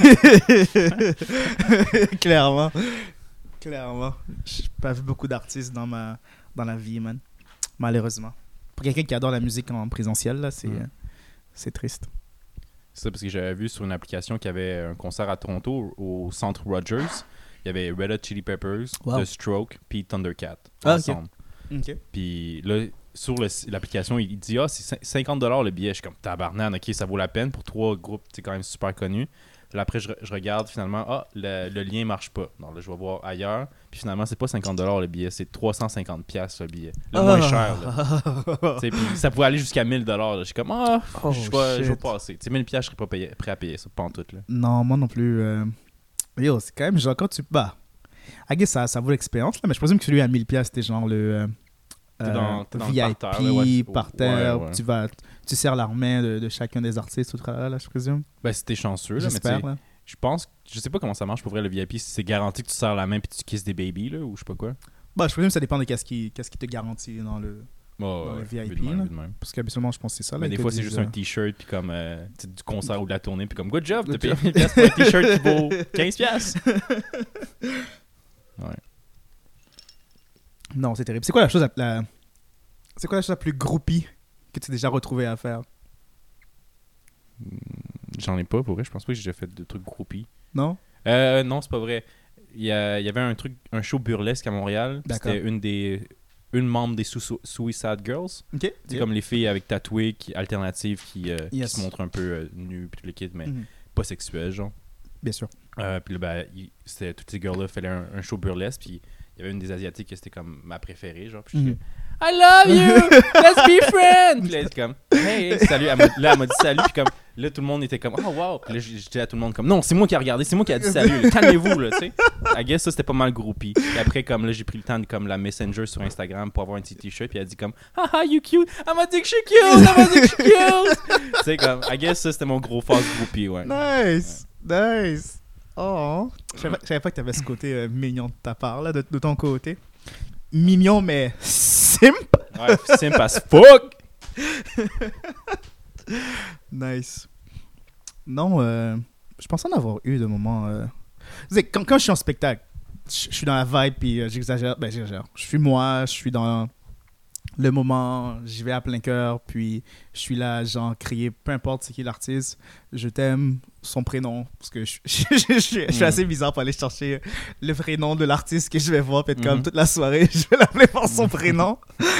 Clairement. Clairement. J'ai pas vu beaucoup d'artistes dans ma dans la vie, man. Malheureusement. Pour quelqu'un qui adore la musique en présentiel, là, c'est, Mm. euh, c'est triste. C'est ça, parce que j'avais vu sur une application qu'il y avait un concert à Toronto au Centre Rogers. Il y avait Red Hot Chili Peppers, Wow. The Stroke, puis Thundercat Ah, ok. ensemble. Ok. Puis là, sur le- l'application, il dit « Ah, c'est cin- cinquante dollars le billet. » Je suis comme « Tabarnak, ok, ça vaut la peine pour trois groupes c'est quand même super connus. » Là, après, je, re- je regarde finalement « Ah, le, le lien marche pas. » Donc là, je vais voir ailleurs. Puis finalement, c'est pas cinquante dollars le billet, c'est trois cent cinquante piastres le billet. Le Ah. moins cher, là. T'sais, puis ça pouvait aller jusqu'à mille dollars. Je suis comme « Ah, Oh, je vais je vais shit. passer. » Tu sais, mille piastres, je serais pas payé- prêt à payer ça, pas en tout, là. Non, moi non plus. euh, Yo, c'est quand même genre quand tu. Bah, I guess ça, ça vaut l'expérience, là, mais je présume que celui à mille piastres, c'était genre le. euh, T'es dans- euh, t'es dans le V I P, parterre, là, ouais. par terre. Ouais, ouais. Tu, vas, tu serres la main de, de chacun des artistes, tout là, là, je présume. Ben, c'était chanceux, là, mais tu J'espère, sais, là. je pense, je sais pas comment ça marche pour vrai le V I P, si c'est garanti que tu serres la main puis tu kisses des babies, là, ou je sais pas quoi. Bah, je présume que ça dépend de qu'est-ce qui, qu'est-ce qui te garantit dans le. Oh, Dans le ouais, V I P, vu de même, là. vu de même. Parce qu'habituellement, je pense que c'est ça. Là, Mais ils des te fois, c'est disent, juste euh, un t-shirt, puis comme euh, tu sais, du concert ou de la tournée, puis comme good job, t'as Good payé job. mille piastres pour un t-shirt qui vaut quinze piastres. Ouais. Non, c'est terrible. C'est quoi la chose la, la- C'est quoi la chose la plus groupie que tu t'es déjà retrouvé à faire? J'en ai pas, pour vrai. Je pense pas que j'ai déjà fait de trucs groupies. Non? Euh, non, c'est pas vrai. Il y, a- il y avait un truc, un show burlesque à Montréal. D'accord. C'était une des, une membre des Su- Suicide Girls. Ok. C'est comme les filles avec tatouées, qui, alternatives, qui, euh, qui Yes. se montrent un peu euh, nues, puis tout le kit, mais Mhm. pas sexuelles, genre. Bien sûr. Euh, puis là, ben, il- c'était, toutes ces girls-là faisaient un, un show burlesque, puis il y avait une des Asiatiques qui c'était comme ma préférée, genre. Puis je Mhm. I love you! Let's be friends! Puis là, elle était comme, hey, salut. Elle m'a, là, elle m'a dit salut. Puis comme, là, tout le monde était comme, oh wow. Puis là, j'étais à tout le monde comme, non, c'est moi qui a regardé, c'est moi qui a dit salut. Là, calmez-vous, là, tu sais. I guess ça, c'était pas mal groupie. Puis après, comme là, j'ai pris le temps de comme la Messenger sur Instagram pour avoir un petit t-shirt. Puis elle a dit comme, haha, you cute. Elle m'a dit que je suis cute. Elle m'a dit que je suis cute. Tu sais, comme, I guess ça, c'était mon gros phase groupie, ouais. Nice! Nice! Oh! Je savais pas- je savais pas que t'avais ce côté euh, mignon de ta part, là, de, de ton côté. Mignon, mais simp! Ouais, simple as fuck! Nice. Non, euh, je pense en avoir eu de moments. Euh... Tu sais, quand, quand je suis en spectacle, je je suis dans la vibe puis euh, j'exagère. Ben, j'exagère. Je suis moi, je suis dans le moment, j'y vais à plein cœur, puis je suis là, genre, crier, peu importe c'est qui l'artiste, je t'aime, son prénom, parce que je, je, je, je, je suis Mm. assez bizarre pour aller chercher le vrai nom de l'artiste que je vais voir, puis être comme Mhm. toute la soirée, je vais l'appeler par son prénom.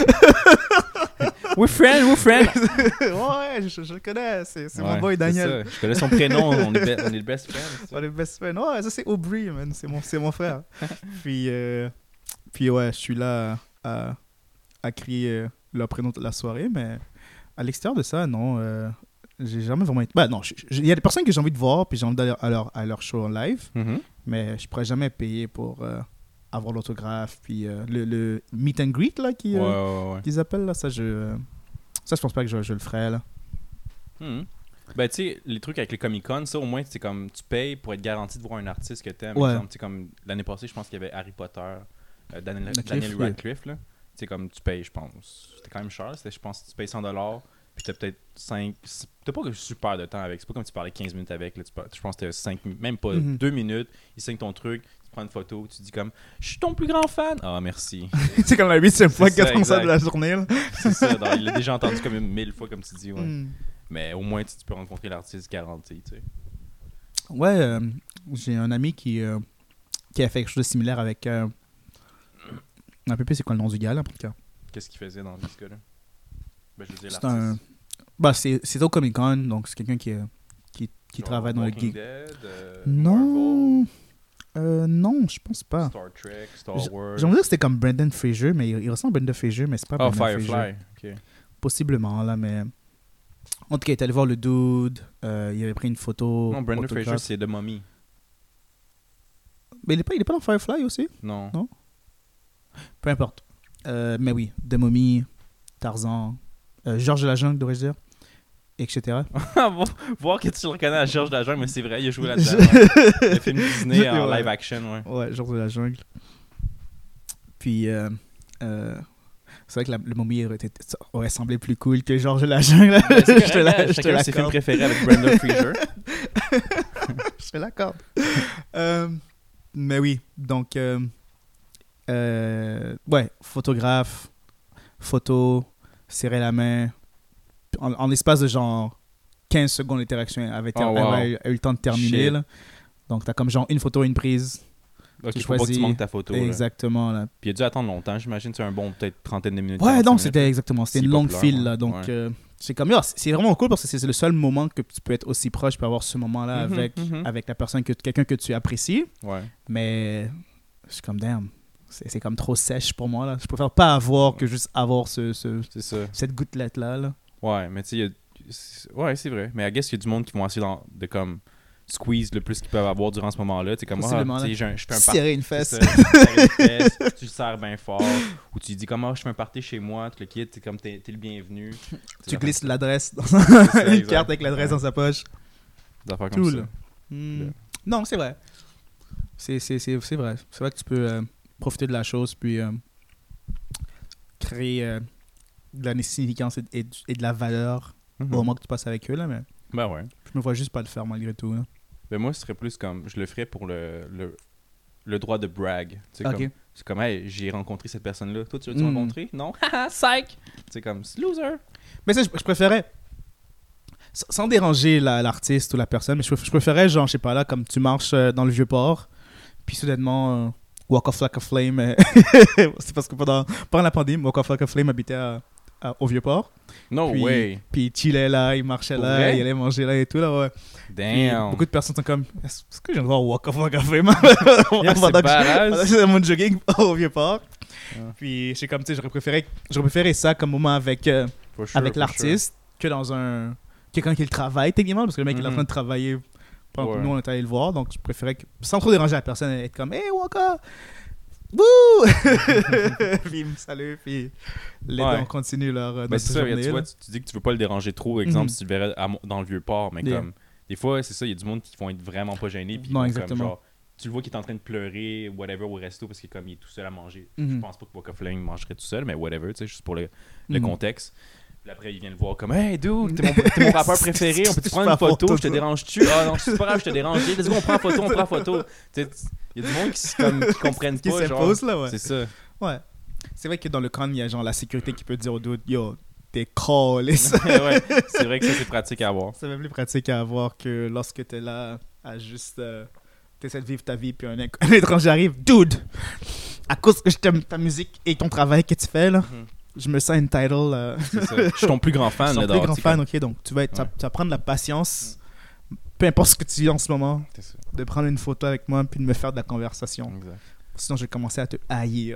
We're friends, we're friends! Ouais, je, je le connais, c'est c'est mon Ouais, boy c'est Daniel. ça. Je connais son prénom, on est, be- on est le best friend. On est best friend. Ouais, ça c'est Aubrey, man. C'est mon, c'est mon frère. puis, euh, puis ouais, je suis là à, à crier euh, leur prénom toute la soirée, mais à l'extérieur de ça, non. Euh, j'ai jamais vraiment été. Bah non, je- je- il y a des personnes que j'ai envie de voir, puis j'ai envie d'aller à leur, à leur show en live, Mhm. mais je pourrais jamais payer pour euh, avoir l'autographe, puis euh, le, le meet and greet là, qui, Ouais, euh, ouais, ouais. qu'ils appellent là, ça je. euh, ça, je pense pas que je, je le ferais là. Mhm. Ben, tu sais, les trucs avec les Comic-Con, ça, au moins, c'est comme, tu payes pour être garanti de voir un artiste que t'aimes. Ouais. Exemple, tu sais, comme l'année passée, je pense qu'il y avait Harry Potter, euh, Daniel, Radcliffe, Daniel oui. Radcliffe, là. Tu sais, comme, tu payes, je pense. C'était quand même cher. C'était, je pense, tu payes cent dollars, puis t'as peut-être cinq... T'as pas super de temps avec. C'est pas comme tu parlais quinze minutes avec. Là, tu par- je pense que t'as cinq... Même pas Mhm. deux minutes. Il signe ton truc, tu prends une photo, tu dis comme, je suis ton plus grand fan. Ah, merci. c'est comme la huitième fois C'est qu'il ça, entend ça de exact. la journée là. C'est ça. Donc, il l'a déjà entendu comme mille fois, comme tu dis, ouais. Mm. Mais au moins, tu, tu peux rencontrer l'artiste garanti, tu sais. Ouais, euh, j'ai un ami qui, euh, qui a fait quelque chose de similaire avec. Euh, un peu plus, c'est quoi le nom du gars là, en tout cas. Qu'est-ce qu'il faisait dans ce cas-là? Ben, je veux dire, C'est l'artiste. un. Bah, c'est, c'est au Comic Con, donc c'est quelqu'un qui, euh, qui, qui Genre travaille dans le Walking geek. Dead, euh, Non, euh, non, je pense pas. Marvel, Star Trek, Star J- Wars. J'aimerais dire que c'était comme Brendan Fraser, mais il, il ressemble à Brendan Fraser, mais c'est pas Oh, Brendan Fraser. Firefly. Ok. Possiblement, là, mais. En tout cas, il est allé voir le dude, euh, il avait pris une photo. Non, Brendan autographe. Fraser, c'est The Mummy. Mais il est, pas, il est pas dans Firefly aussi? Non. Non. Peu importe. Euh, mais oui, The Mummy, Tarzan, euh, Georges de la Jungle, devrais-je dire, et cetera. Vo- Voir que tu le reconnais à Georges de la Jungle, mais c'est vrai, il a joué là-dedans. ouais. Le film Disney en Ouais. live action, ouais. Ouais, Georges de la Jungle. Puis, euh, euh, c'est vrai que la, le Mummy aurait, été- aurait semblé plus cool que Georges de la Jungle. Ben, c'est je te correct, la- hein, je te chacun ses films l'accorde. préférés avec Brendan Fraser. Je te l'accorde. Euh, mais oui, donc, euh, euh, ouais, photographe, photo, serrer la main. En, en l'espace de genre quinze secondes d'interaction, elle avait, ter- Oh, wow. elle avait eu le temps de terminer. Shit. Là. Donc, t'as comme genre une photo, une prise. Ok, Tu faut pas que choisis- tu manques ta photo. Là. Exactement. Là. Puis il a dû attendre longtemps, j'imagine. C'est un bon, peut-être, trentaine de minutes. Ouais, quarante non, minutes. c'était exactement. C'était Si une longue populaire, file. ouais. Là, donc, Ouais. euh, c'est comme, yeah, c'est c'est vraiment cool parce que c'est c'est le seul moment que tu peux être aussi proche, puis avoir ce moment-là Mhm, avec, mhm. avec la personne, que quelqu'un que tu apprécies. Ouais. Mais je suis comme, damn, c'est c'est comme trop sèche pour moi. Là. Je préfère pas avoir que juste avoir ce, ce- C'est ça. cette gouttelette-là. Là. Ouais, mais tu sais, il y a- c'est- ouais, c'est vrai. Mais I guess qu'il y a du monde qui vont essayer d'en- de comme squeeze le plus qu'ils peuvent avoir durant ce moment-là. Tu sais, comme moi, Possiblement, tu sais, là. j'ai un- je fais un party. Serrer une fesse. C'est ça, tu serres une fesse, tu le serres bien fort. Ou tu dis, comment je fais un party chez moi, tu le quittes, comme t'es t'es le bienvenu. Tu glisses l'adresse dans ça, une exact. carte avec l'adresse Ouais. dans sa poche. Des affaires comme Tout, ça. là. Hmm. Là. Non, c'est vrai. C'est c'est- c'est- c'est vrai. C'est vrai que tu peux euh, profiter de la chose puis euh, créer euh, de la significance et, et, et de la valeur Mhm. au moment que tu passes avec eux. Là, mais Ben ouais. je me vois juste pas le faire malgré tout. Là. Ben moi, ce serait plus comme, je le ferais pour le, le, le droit de brag. Tu sais, Ok. comme, c'est comme, hey, j'ai rencontré cette personne-là. Toi, tu veux-tu Mm. rencontrer? Non? Haha, psych! Tu sais, comme, c'est loser. Mais ça, je, je préférais, s- sans déranger la- l'artiste ou la personne, mais je, je préférais, genre, je sais pas, là, comme tu marches euh, dans le Vieux-Port, puis soudainement, euh, Walk Off Like a Flame, euh, c'est parce que pendant, pendant la pandémie, Walk Off Like a Flame habitait à à- au Vieux-Port. No puis, way. Puis il chillait là, il marchait Pour là, vrai? il allait manger là et tout. Là, ouais. Puis Damn. beaucoup de personnes sont comme, est-ce est-ce que je viens de voir Walk of Café, man? Yeah, Pendant c'est que je- pendant que badass. j'étais dans mon jogging au Vieux-Port. Ouais. Puis j'ai comme, tu sais, j'aurais préféré, j'aurais préféré ça comme moment avec, euh, For sure, avec for l'artiste que dans un... quelqu'un qui le travaille techniquement, parce que le mec il est en Mhm. train de travailler pendant que Ouais. nous on est allé le voir, donc je préférais que, sans trop déranger la personne, être comme « Hey Waka! Wouh! » Puis il me salue, puis les Ouais. deux on continue leur euh, Ben, notre c'est ça, journée. regarde, tu vois, là. tu, tu dis que tu veux pas le déranger trop, exemple, Mhm. si tu le verrais à Mo- dans le Vieux-Port, mais Yeah. comme, des fois, c'est ça, il y a du monde qui vont être vraiment pas gênés, puis ils Non, vont exactement. comme, genre, tu le vois qu'il est en train de pleurer, whatever, au resto, parce qu'il est comme, il est tout seul à manger. Je Mhm. pense pas que Waka Flame mangerait tout seul, mais whatever, tu sais, juste pour le, le Mhm. contexte. Puis après, il vient le voir comme, hey dude, t'es mon, t'es mon rappeur préféré, on peut-tu Je prendre peux une photo, avoir je te tout ça. dérange-tu? Ah non, c'est pas grave, je te dérange. Hey, let's go, on prend la photo, on prend la photo. Tu sais, il y a du monde qui, s- comme, qui comprennent Qui pas, genre. s'impose là, ouais. C'est ça. Ouais. C'est vrai que dans le camp, il y a genre la sécurité qui peut dire au dude « Yo, t'es collé ça. » ouais, c'est vrai que ça, c'est pratique à avoir. C'est même plus pratique à avoir que lorsque t'es là à juste... Euh, t'essaies de vivre ta vie, puis un, inc- un étranger arrive. Dude, à cause que je t'aime ta musique et ton travail que tu fais, là, Mhm. je me sens entitled. Euh, C'est ça. Je suis ton plus grand je fan, suis là, ton plus dehors, grand tu sais, fan, comme- ok? Donc, tu vas, être, tu vas- Ouais. tu vas prendre la patience, peu importe ce que tu vis en ce moment, C'est ça. de prendre une photo avec moi, puis de me faire de la conversation. Exact. Sinon, je vais commencer à te haïr.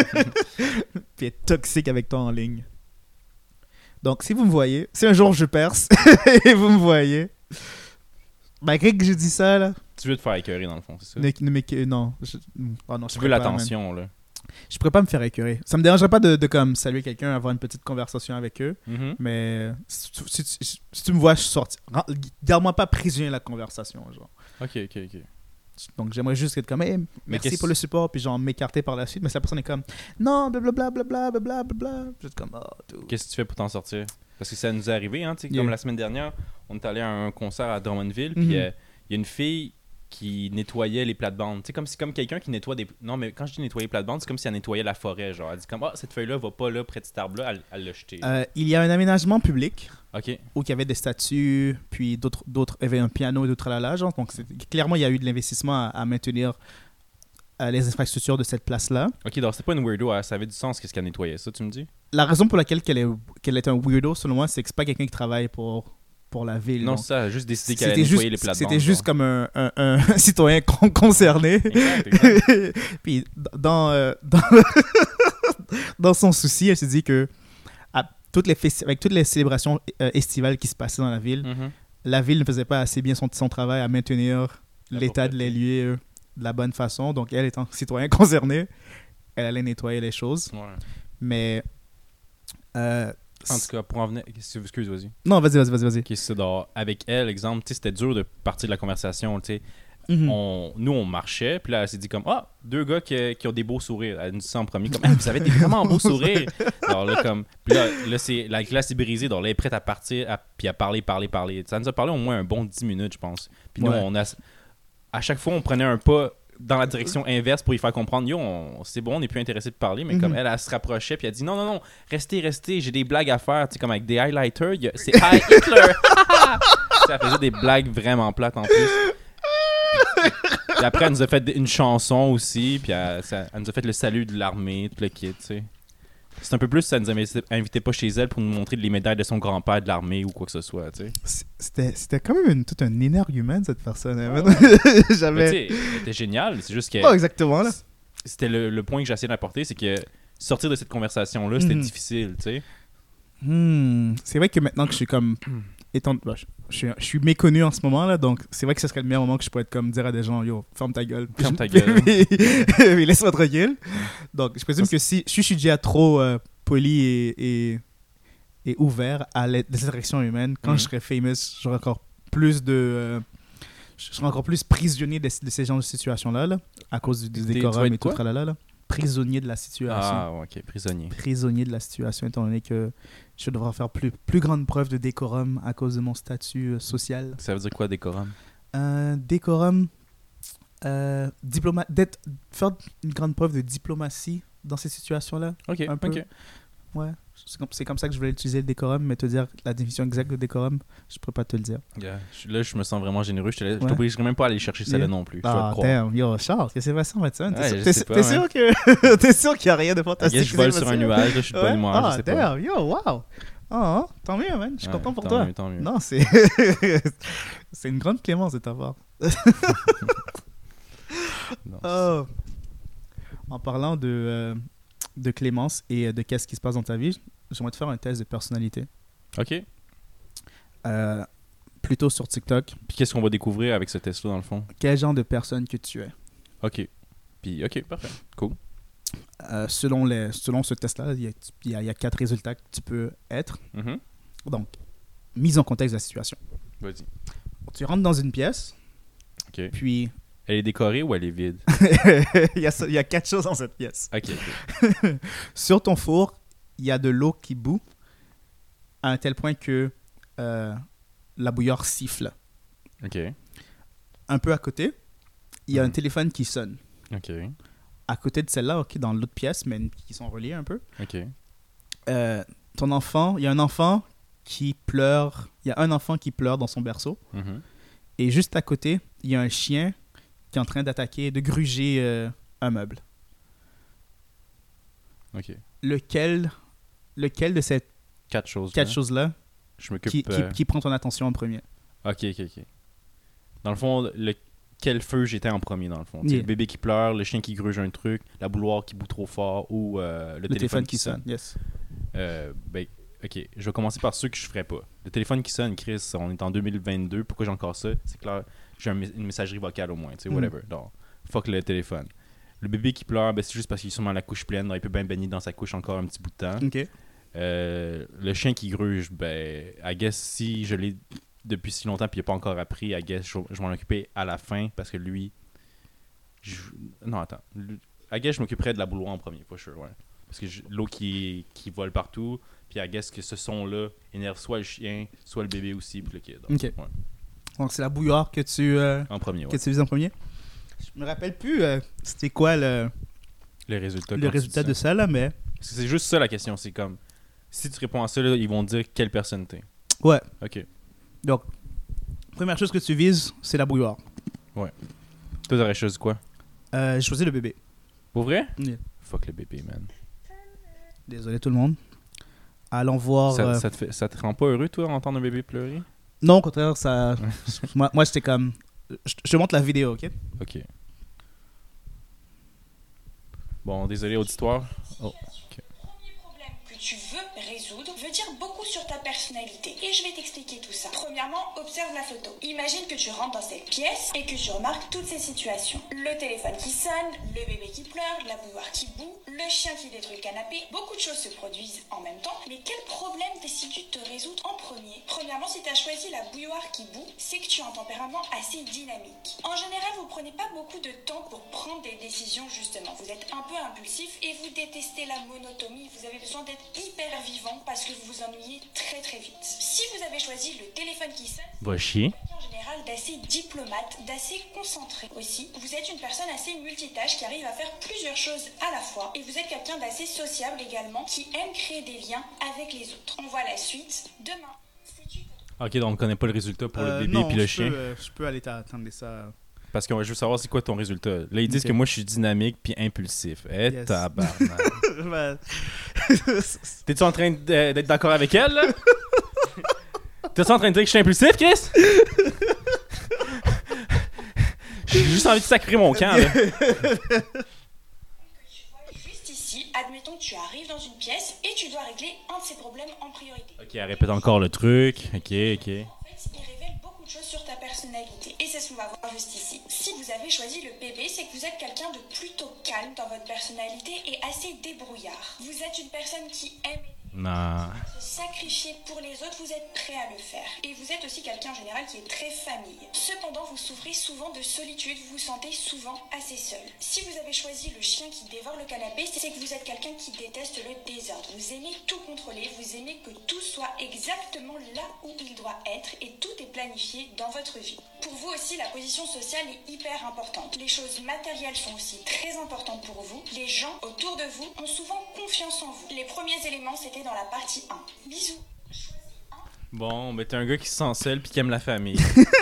Puis être toxique avec toi en ligne. Donc, si vous me voyez, si un jour je perce et vous me voyez, malgré que j'ai dit ça, là, Tu veux te faire écœurer, dans le fond, c'est ça? ne, ne m'éc- non, je, oh non, je Tu pourrais veux pas, man. l'attention, là. Je pourrais pas me faire écœurer. Ça me dérangerait pas de, de comme saluer quelqu'un, avoir une petite conversation avec eux, Mhm. mais si tu, si tu- si tu me vois, je suis sorti. Ren- Garde-moi pas prisonnier de la conversation, genre. Ok, ok, ok. Donc j'aimerais juste être comme, hey, merci qu'est-ce- pour le support, puis genre m'écarter par la suite, mais si la personne est comme, non, blablabla, blablabla, blablabla, blablabla, je suis comme, oh, dude. Qu'est-ce que tu fais pour t'en sortir? Parce que ça nous est arrivé, hein, tu sais, Yeah. comme la semaine dernière, on est allé à un concert à Drummondville, puis Mhm. euh, il y a une fille qui nettoyait les plates-bandes. Tu sais, comme, c'est comme quelqu'un qui nettoie des... Non, mais quand je dis nettoyer les plates-bandes, c'est comme si elle nettoyait la forêt, genre. Elle dit comme, ah, cette feuille-là va pas là, près de cet arbre-là, elle elle l'a jeté. Euh, il y a un aménagement public Ok. où il y avait des statues, puis d'autres, d'autres, il y avait un piano et d'autres là, genre. Donc c'est- clairement, il y a eu de l'investissement à, à maintenir euh, les infrastructures de cette place-là. Ok, donc c'était pas une weirdo, hein, ça avait du sens qu'est-ce qu'elle nettoyait, ça, tu me dis? La raison pour laquelle qu'elle est, qu'elle est un weirdo, selon moi, c'est que c'est pas quelqu'un qui travaille pour, pour la ville. Non, donc. c'est ça, elle a juste décidé qu'elle allait C'était nettoyer juste, les plates-bandes. c'était juste genre. comme un, un, un citoyen con- concerné. Exact, exact. Puis dans, euh, dans, dans son souci, elle s'est dit que à toutes les festi- avec toutes les célébrations euh, estivales qui se passaient dans la ville, Mhm. la ville ne faisait pas assez bien son, son travail à maintenir La l'état de les propreté. lieux de la bonne façon. Donc elle, étant citoyen concerné, elle allait nettoyer les choses. Ouais. Mais... euh, En tout cas, pour en venir... Excuse, vas-y. non, vas-y, vas-y, vas-y. vas-y. Ok, c'est ça, genre, avec elle, exemple, tu sais, c'était dur de partir de la conversation, tu sais. Mhm. On, nous, on marchait, puis là, elle s'est dit comme, ah, deux gars qui, qui ont des beaux sourires. Elle nous dit ça en premier, comme, hey, vous avez des vraiment beaux sourires. Alors là, comme, puis là, là c'est, la glace est brisée, donc là, elle est prête à partir, à, puis à parler, parler, parler. Ça nous a parlé au moins un bon dix minutes, je pense. Puis nous, Ouais. on a, à chaque fois, on prenait un pas dans la direction inverse pour lui faire comprendre, yo, on- c'est bon, on n'est plus intéressé de parler, mais Mhm. comme elle, elle se rapprochait, puis elle dit, non, non, non, restez, restez, j'ai des blagues à faire, tu sais, comme avec des highlighters, il y a- c'est Hi Hitler. Tu sais, elle faisait des blagues vraiment plates en plus. Puis après, elle nous a fait une chanson aussi, puis elle, ça- elle nous a fait le salut de l'armée, tout le kit, tu sais. C'est un peu plus, ça nous invitait, invitait pas chez elle pour nous montrer les médailles de son grand-père de l'armée ou quoi que ce soit, tu sais. C'était, c'était quand même une, tout un énergumène, cette personne. hein. Mais tu J'avais... sais, elle était géniale, c'est juste que... Oh, exactement, là. C'était le, le point que j'essayais d'apporter, c'est que sortir de cette conversation-là, c'était Mhm. difficile, tu sais. Hmm, c'est vrai que maintenant que je suis comme étant, bah, je, je suis, je suis méconnu en ce moment là, donc c'est vrai que ce serait le meilleur moment que je pourrais être comme dire à des gens yo ferme ta gueule, Ferme Puis ta je- gueule. puis- puis laisse-moi tranquille. Donc je présume Ça, que si je suis déjà trop euh, poli et, et, et ouvert à la- les interactions humaines, quand Mhm. je serai famous, j'aurai encore plus de euh, je serai encore plus prisonnier de, de ces genres de situations là, là à cause du, du T'es- tu vas décorum être et tout quoi? tralala, là. Prisonnier de la situation. Ah, ouais, ok, prisonnier. Prisonnier de la situation, étant donné que je devrais faire plus, plus grande preuve de décorum à cause de mon statut euh, social. Ça veut dire quoi, décorum? Euh, décorum, euh, diploma- d'être, faire une grande preuve de diplomatie dans ces situations-là. Ok, Un peu. ok. Ouais. C'est comme, c'est comme ça que je voulais utiliser le décorum, mais te dire la définition exacte de décorum, je pourrais pas te le dire. Yeah. Je- Là, je me sens vraiment généreux. Je te laisse- je Ouais. t'obligerai même pas à aller chercher celle-là Yeah. non plus. Je dois te Ah, croire. damn. Yo, Charles, qu'est-ce qui s'est passé en médecine? T'es Ouais, sûr, je t'es, sais pas, t'es man. sûr que... t'es sûr qu'il n'y a rien de I fantastique? guess je vole qui s'est sur un passé? nuage. Là, je suis de bonne Ouais? humeur. Ah, je sais pas. damn. Yo, wow. Ah, hein? Tant mieux, man. Je suis Ouais, content pour tant toi. mieux, tant mieux. Non, c'est... c'est une grande clémence de ta part. Non, Oh. En parlant de, euh, de clémence et de qu'est-ce qui se passe dans ta vie, j'aimerais te faire un test de personnalité. OK. Puis Euh, plutôt sur TikTok. qu'est-ce qu'on va découvrir avec ce test-là, dans le fond? Quel genre de personne que tu es? OK. Puis, OK, parfait. Cool. Euh, selon, les, selon ce test-là, il y a, il y a- il y a quatre résultats que tu peux être. Mhm. Donc, mise en contexte de la situation. Vas-y. Tu rentres dans une pièce, OK. puis Elle est décorée ou elle est vide? il, y a, ça- il y a quatre choses dans cette pièce. OK. OK. Sur ton four, il y a de l'eau qui bout à un tel point que euh, la bouilloire siffle. OK. Un peu à côté, il y a un Mhm. téléphone qui sonne. OK. À côté de celle-là, ok, dans l'autre pièce, mais qui sont reliées un peu. OK. Euh, ton enfant, il y a un enfant qui pleure. Il y a un enfant qui pleure dans son berceau. Mhm. Et juste à côté, il y a un chien qui est en train d'attaquer, de gruger euh, un meuble. OK. Lequel, lequel de ces Quatre choses. quatre là. choses-là Je m'occupe... qui, qui, euh, qui prend ton attention en premier? OK, OK, OK. Dans le fond, le... quel feu j'étais en premier, dans le fond? Tu sais, Yeah. Le bébé qui pleure, le chien qui gruge un truc, la bouilloire qui bout trop fort ou euh, le, Le téléphone, qui sonne. Yes. Euh, ben, OK. Je vais commencer par ceux que je ferais pas. Le téléphone qui sonne, Chris, on est en deux mille vingt-deux. Pourquoi j'ai encore ça? C'est clair, j'ai un mes- une messagerie vocale au moins, tu sais, Mm. whatever. Donc, fuck le téléphone. Le bébé qui pleure, ben, c'est juste parce qu'il est sûrement la couche pleine. Donc il peut bien baigner dans sa couche encore un petit bout de temps. OK. Euh, le chien qui gruge, ben, I guess si je l'ai depuis si longtemps puis il n'a pas encore appris, I guess je, je vais m'en occuper à la fin parce que lui. je- non, attends. Lui- I guess je m'occuperais de la bouilloire en premier, for sure, ouais. Parce que je- l'eau qui, qui vole partout, puis I guess que ce son-là énerve soit le chien, soit le bébé aussi, puis le kid. Donc, Ok. ouais. Donc, c'est la bouilloire que tu, euh, En premier, que ouais. tu vises en premier. Je me rappelle plus euh, c'était quoi le, Le résultat. le quand tu résultat dis de ça. ça, là, mais... Parce que c'est juste ça la question, c'est comme. Si tu réponds à ça, là, ils vont te dire quelle personne t'es. Ouais. Ok. Donc, première chose que tu vises, c'est la bouilloire. Toi, t'aurais choisi quoi? Euh, j'ai choisi le bébé. Pour vrai? Yeah. Fuck le bébé, man. Désolé tout le monde. Allons voir... Ça, euh, ça, te fait, ça te rend pas heureux, toi, d'entendre un bébé pleurer? Non, au contraire, ça... moi, moi j'étais comme... Je, je te montre la vidéo, OK? Ok. Bon, désolé, auditoire. Oh. Premier problème que tu veux résoudre veut dire beaucoup sur ta personnalité. Et je vais t'expliquer tout ça. Premièrement, observe la photo. Imagine que tu rentres dans cette pièce et que tu remarques toutes ces situations. Le téléphone qui sonne, le bébé qui pleure, la bouilloire qui bout, le chien qui détruit le canapé. Beaucoup de choses se produisent en même temps. Mais quel problème décides-tu de te résoudre en premier? Premièrement, si tu as choisi la bouilloire qui bout, c'est que tu as un tempérament assez dynamique. En général, vous prenez pas beaucoup de temps pour prendre des décisions justement. Vous êtes un peu impulsif et vous détestez la monotonie. Vous avez besoin d'être hyper vivant parce que vous vous ennuyez très très vite. Si vous avez choisi le téléphone qui sonne, Va chier. en général d'assez diplomate, d'assez concentré aussi. Vous êtes une personne assez multitâche qui arrive à faire plusieurs choses à la fois et vous êtes quelqu'un d'assez sociable également qui aime créer des liens avec les autres. On voit la suite demain. C'est une... Ok, donc on connaît pas le résultat pour Euh, le bébé non, puis le je chien. Peux, euh, je peux aller t'attendre ça. Parce qu'on va juste savoir c'est quoi ton résultat. Là, ils disent Ok. que moi, je suis dynamique puis impulsif. Eh, Yes. tabarnak. Ben, T'es-tu en train de- d'être d'accord avec elle, là? T'es-tu en train de dire que je suis impulsif, Chris? J'ai juste envie de sacrer mon camp, là. que tu vois juste ici, admettons que tu arrives dans une pièce et tu dois régler un de ces problèmes en priorité. Ok, elle répète encore le truc. Ok, ok. En fait, il révèle beaucoup de choses sur ta personnalité. Et c'est ce qu'on va voir juste ici. Si vous avez choisi le bébé, c'est que vous êtes quelqu'un de plutôt calme dans votre personnalité et assez débrouillard. Vous êtes une personne qui aime... Non. Se sacrifier pour les autres, vous êtes prêt à le faire. Et vous êtes aussi quelqu'un en général qui est très famille. Cependant, vous souffrez souvent de solitude, vous vous sentez souvent assez seul. Si vous avez choisi le chien qui dévore le canapé, c'est que vous êtes quelqu'un qui déteste le désordre. Vous aimez tout contrôler, vous aimez que tout soit exactement là où il doit être et tout est planifié dans votre vie. Pour vous aussi, la position sociale est hyper importante. Les choses matérielles sont aussi très importantes pour vous. Les gens autour de vous ont souvent confiance en vous. Les premiers éléments, c'était dans la partie un. Bisous. Bon, mais t'es un gars qui se sent seul puis qui aime la famille.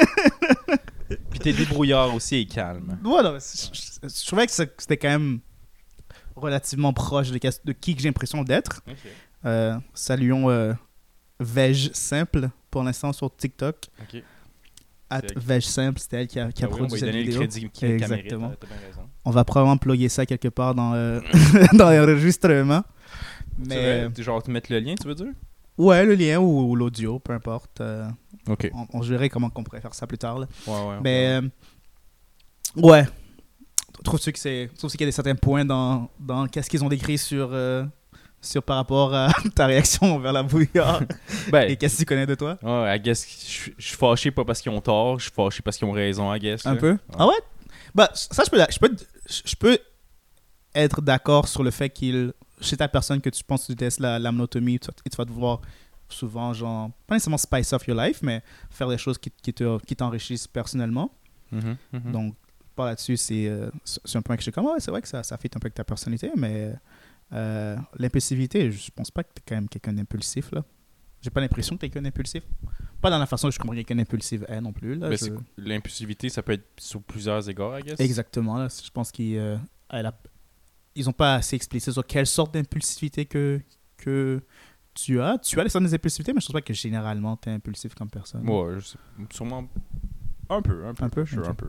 Puis t'es débrouillard aussi et calme. Voilà, je, je, je trouvais que c'était quand même relativement proche de, de qui que j'ai l'impression d'être. Okay. Euh, saluons euh, Veg Simple pour l'instant sur TikTok. Ok. At Veg Simple, c'était elle qui a, qui a ah oui, produit cette vidéo. On va lui donner le crédit qui Exactement. Mérite, t'as bien raison. On va probablement plugger ça quelque part dans, euh, dans l'enregistrement. Mais tu genre te mettre le lien, tu veux dire? Ouais, le lien ou, ou l'audio, peu importe. Euh, ok. On, on verrait comment on pourrait faire ça plus tard. Là. Ouais, ouais. Mais euh, ouais, trouves-tu que c'est, trouves-tu qu'il y a des certains points dans, dans qu'est-ce qu'ils ont décrit sur euh, sur par rapport à ta réaction vers la brouillard ben, et qu'est-ce que tu connais de toi? Ouais, I guess, je suis fâché pas parce qu'ils ont tort, je suis fâché parce qu'ils ont raison, I guess. Un là. peu? Ouais. Ah ouais? Bah, ça, je peux, je peux, je peux être d'accord sur le fait qu'il, chez ta personne que tu penses que tu détestes la, la monotomie, tu, tu vas devoir souvent, genre, pas nécessairement spice off your life, mais faire des choses qui, qui, te, qui t'enrichissent personnellement. Mm-hmm, mm-hmm. Donc, par là-dessus, c'est, euh, c'est un point que je suis comme, ouais, c'est vrai que ça, ça fit un peu avec ta personnalité, mais euh, l'impulsivité, je pense pas que tu es quand même quelqu'un d'impulsif, là. J'ai pas l'impression que tu es quelqu'un d'impulsif. Pas dans la façon que je comprends quelqu'un d'impulsif est non plus. Là, je... L'impulsivité, ça peut être sur plusieurs égards, I guess. Exactement. Là, je pense qu'ils euh, a... ils ont pas assez explicité sur quelle sorte d'impulsivité que, que tu as. Tu as des sortes d'impulsivité, mais je pense pas que généralement tu es impulsif comme personne. Ouais, je sais, sûrement un peu. Un peu, un peu, sure, okay. un peu.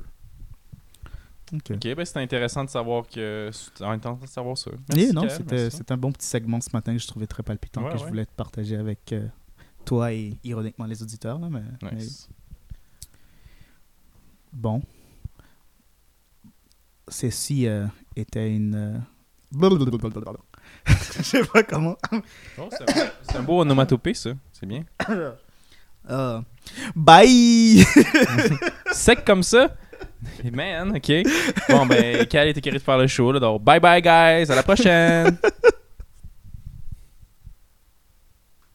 Ok, ok, ben c'était intéressant de savoir que. C'était intéressant de savoir ça. Merci, Merci, non, Kev, c'était, merci. c'était un bon petit segment ce matin que je trouvais très palpitant, ouais, que ouais. je voulais te partager avec euh, toi et ironiquement les auditeurs. Là, mais, Nice. mais... Bon. Ceci euh, était une. Euh... Je sais pas comment. Oh, c'est, un, c'est un beau onomatopée, ça. C'est bien. Uh, bye! Sec comme ça? Man, ok. Bon, ben, Cal était curieux de faire le show, là. Donc, bye bye, guys. À la prochaine!